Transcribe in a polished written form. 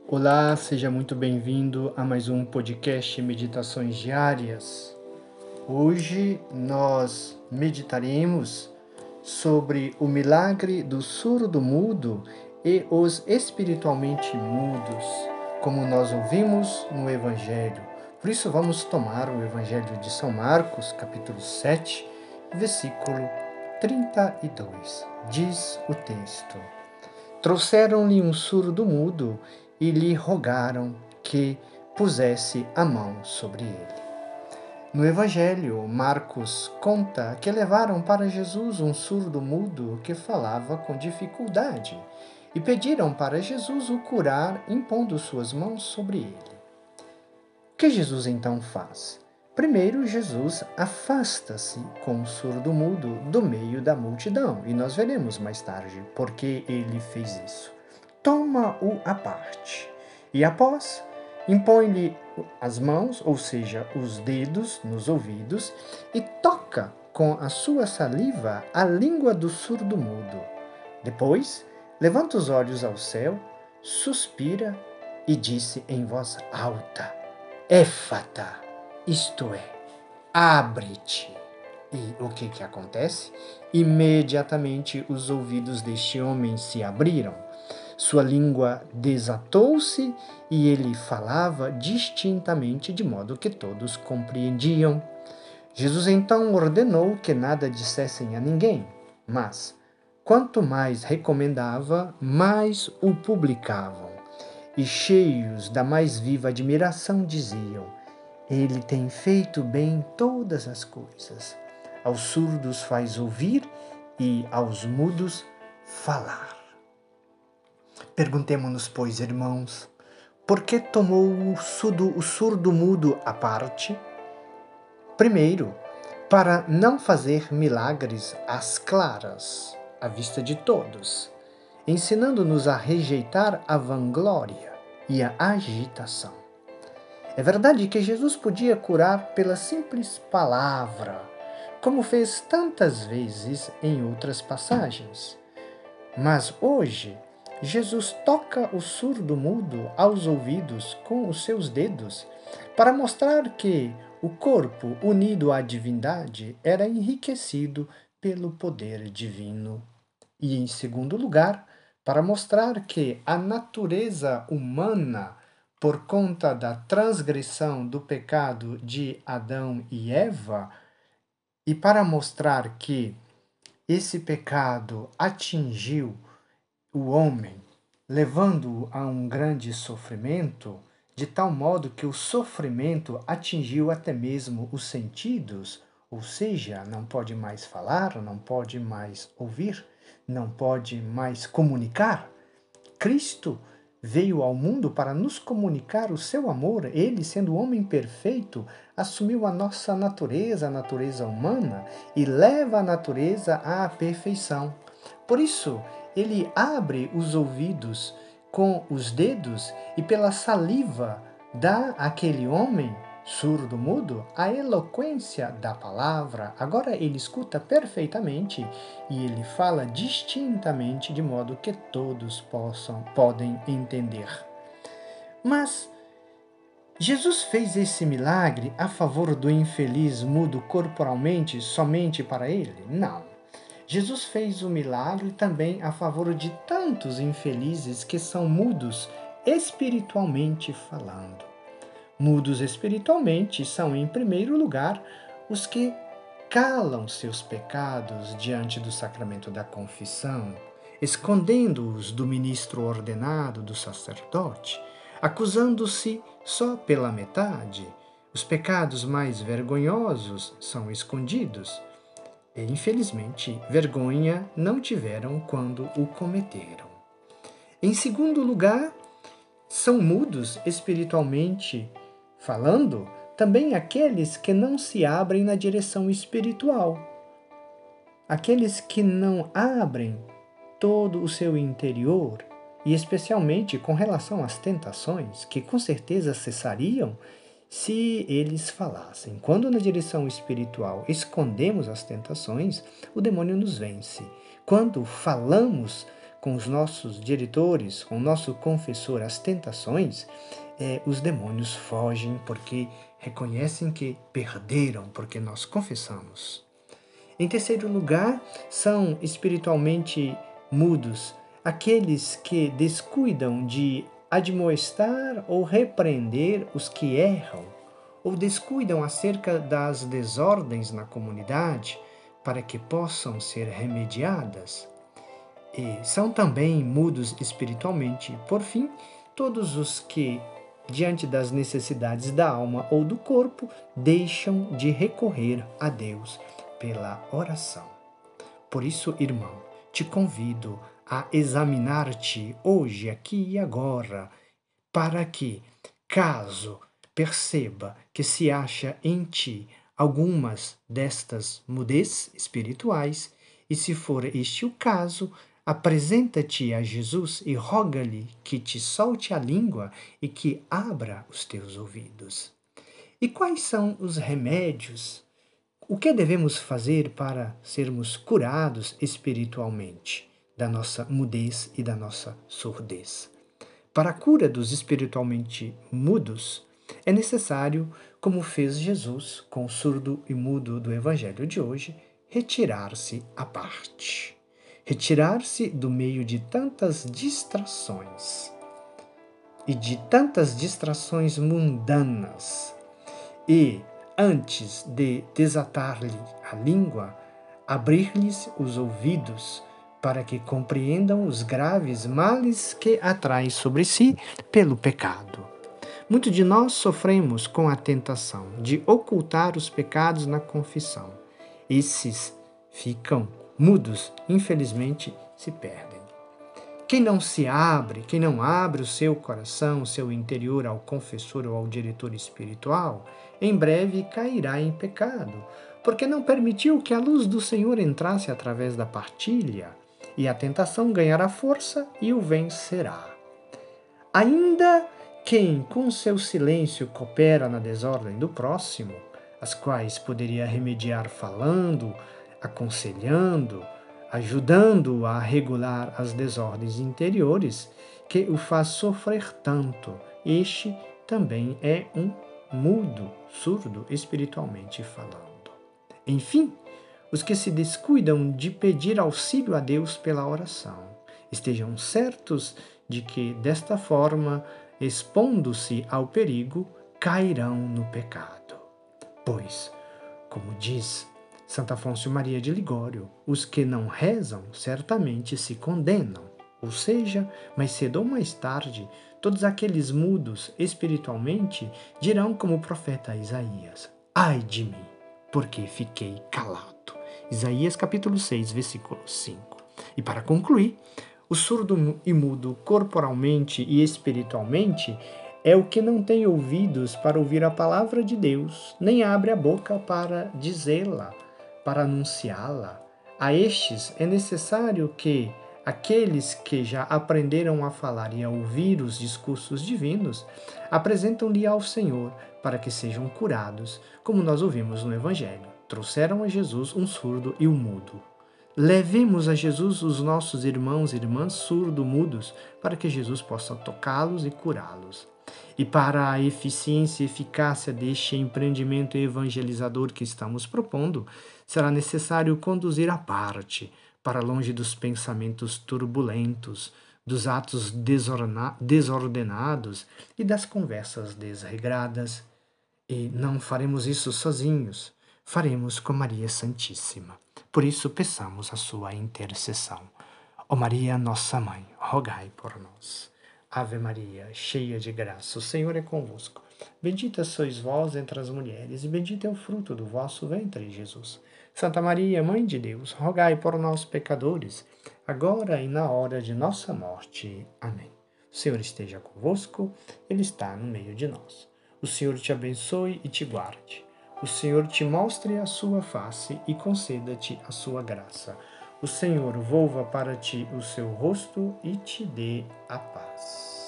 Olá, seja muito bem-vindo a mais um podcast Meditações Diárias. Hoje nós meditaremos sobre o milagre do surdo-mudo e os espiritualmente mudos, como nós ouvimos no Evangelho. Por isso vamos tomar o Evangelho de São Marcos, capítulo 7, versículo 32. Diz o texto: Trouxeram-lhe um surdo-mudo e lhe rogaram que pusesse a mão sobre ele. No Evangelho, Marcos conta que levaram para Jesus um surdo-mudo que falava com dificuldade e pediram para Jesus o curar impondo suas mãos sobre ele. O que Jesus então faz? Primeiro, Jesus afasta-se com o surdo-mudo do meio da multidão, e nós veremos mais tarde por que ele fez isso. Toma-o à parte, e após, impõe-lhe as mãos, ou seja, os dedos nos ouvidos, e toca com a sua saliva a língua do surdo-mudo. Depois, levanta os olhos ao céu, suspira e disse em voz alta: Éfata, isto é, abre-te. E o que acontece? Imediatamente os ouvidos deste homem se abriram, sua língua desatou-se e ele falava distintamente, de modo que todos compreendiam. Jesus então ordenou que nada dissessem a ninguém, mas, quanto mais recomendava, mais o publicavam. E cheios da mais viva admiração diziam: Ele tem feito bem todas as coisas. Aos surdos faz ouvir e aos mudos falar. Perguntemo-nos, pois, irmãos, por que tomou o surdo-mudo à parte? Primeiro, para não fazer milagres às claras, à vista de todos, ensinando-nos a rejeitar a vanglória e a agitação. É verdade que Jesus podia curar pela simples palavra, como fez tantas vezes em outras passagens. Mas hoje, Jesus toca o surdo-mudo aos ouvidos com os seus dedos para mostrar que o corpo unido à divindade era enriquecido pelo poder divino. E, em segundo lugar, para mostrar que a natureza humana, por conta da transgressão do pecado de Adão e Eva, e para mostrar que esse pecado atingiu o homem, levando-o a um grande sofrimento, de tal modo que o sofrimento atingiu até mesmo os sentidos, ou seja, não pode mais falar, não pode mais ouvir, não pode mais comunicar. Cristo veio ao mundo para nos comunicar o seu amor. Ele, sendo homem perfeito, assumiu a nossa natureza, a natureza humana, e leva a natureza à perfeição. Por isso, ele abre os ouvidos com os dedos e pela saliva dá àquele homem surdo-mudo a eloquência da palavra. Agora ele escuta perfeitamente e ele fala distintamente, de modo que todos podem entender. Mas Jesus fez esse milagre a favor do infeliz mudo corporalmente somente para ele? Não. Jesus fez o milagre também a favor de tantos infelizes que são mudos espiritualmente falando. Mudos espiritualmente são, em primeiro lugar, os que calam seus pecados diante do sacramento da confissão, escondendo-os do ministro ordenado, do sacerdote, acusando-se só pela metade. Os pecados mais vergonhosos são escondidos. E, infelizmente, vergonha não tiveram quando o cometeram. Em segundo lugar, são mudos espiritualmente falando também aqueles que não se abrem na direção espiritual. Aqueles que não abrem todo o seu interior, e especialmente com relação às tentações, que com certeza cessariam se eles falassem. Quando na direção espiritual escondemos as tentações, o demônio nos vence. Quando falamos com os nossos diretores, com o nosso confessor, as tentações, os demônios fogem porque reconhecem que perderam, porque nós confessamos. Em terceiro lugar, são espiritualmente mudos aqueles que descuidam de admoestar ou repreender os que erram, ou descuidam acerca das desordens na comunidade para que possam ser remediadas. E são também mudos espiritualmente, por fim, todos os que, diante das necessidades da alma ou do corpo, deixam de recorrer a Deus pela oração. Por isso, irmão, te convido a examinar-te hoje, aqui e agora, para que, caso perceba que se acha em ti algumas destas mudez espirituais, e se for este o caso, apresenta-te a Jesus e roga-lhe que te solte a língua e que abra os teus ouvidos. E quais são os remédios? O que devemos fazer para sermos curados espiritualmente da nossa mudez e da nossa surdez? Para a cura dos espiritualmente mudos, é necessário, como fez Jesus com o surdo e mudo do Evangelho de hoje, retirar-se à parte. Retirar-se do meio de tantas distrações e de tantas distrações mundanas. E, antes de desatar-lhe a língua, abrir-lhes os ouvidos para que compreendam os graves males que atrai sobre si pelo pecado. Muito de nós sofremos com a tentação de ocultar os pecados na confissão. Esses ficam mudos, infelizmente se perdem. Quem não abre o seu coração, o seu interior ao confessor ou ao diretor espiritual, em breve cairá em pecado, porque não permitiu que a luz do Senhor entrasse através da partilha, e a tentação ganhará força e o vencerá. Ainda quem com seu silêncio coopera na desordem do próximo, as quais poderia remediar falando, aconselhando, ajudando-o a regular as desordens interiores, que o faz sofrer tanto, este também é um mudo, surdo, espiritualmente falando. Enfim, os que se descuidam de pedir auxílio a Deus pela oração, estejam certos de que, desta forma, expondo-se ao perigo, cairão no pecado. Pois, como diz Santo Afonso Maria de Ligório, os que não rezam certamente se condenam, ou seja, mais cedo ou mais tarde, todos aqueles mudos espiritualmente dirão como o profeta Isaías: ai de mim, porque fiquei calado. Isaías capítulo 6, versículo 5. E para concluir, o surdo e mudo corporalmente e espiritualmente é o que não tem ouvidos para ouvir a palavra de Deus, nem abre a boca para dizê-la, para anunciá-la. A estes é necessário que aqueles que já aprenderam a falar e a ouvir os discursos divinos apresentam-lhe ao Senhor para que sejam curados, como nós ouvimos no Evangelho. Trouxeram a Jesus um surdo e um mudo. Levemos a Jesus os nossos irmãos e irmãs surdo-mudos para que Jesus possa tocá-los e curá-los. E para a eficiência e eficácia deste empreendimento evangelizador que estamos propondo, será necessário conduzir à parte, para longe dos pensamentos turbulentos, dos atos desordenados e das conversas desregradas. E não faremos isso sozinhos, faremos com Maria Santíssima. Por isso, peçamos a sua intercessão. Ó Maria, nossa Mãe, rogai por nós. Ave Maria, cheia de graça, o Senhor é convosco. Bendita sois vós entre as mulheres, e bendito é o fruto do vosso ventre, Jesus. Santa Maria, Mãe de Deus, rogai por nós, pecadores, agora e na hora de nossa morte. Amém. O Senhor esteja convosco, Ele está no meio de nós. O Senhor te abençoe e te guarde. O Senhor te mostre a sua face e conceda-te a sua graça. O Senhor volva para ti o seu rosto e te dê a paz.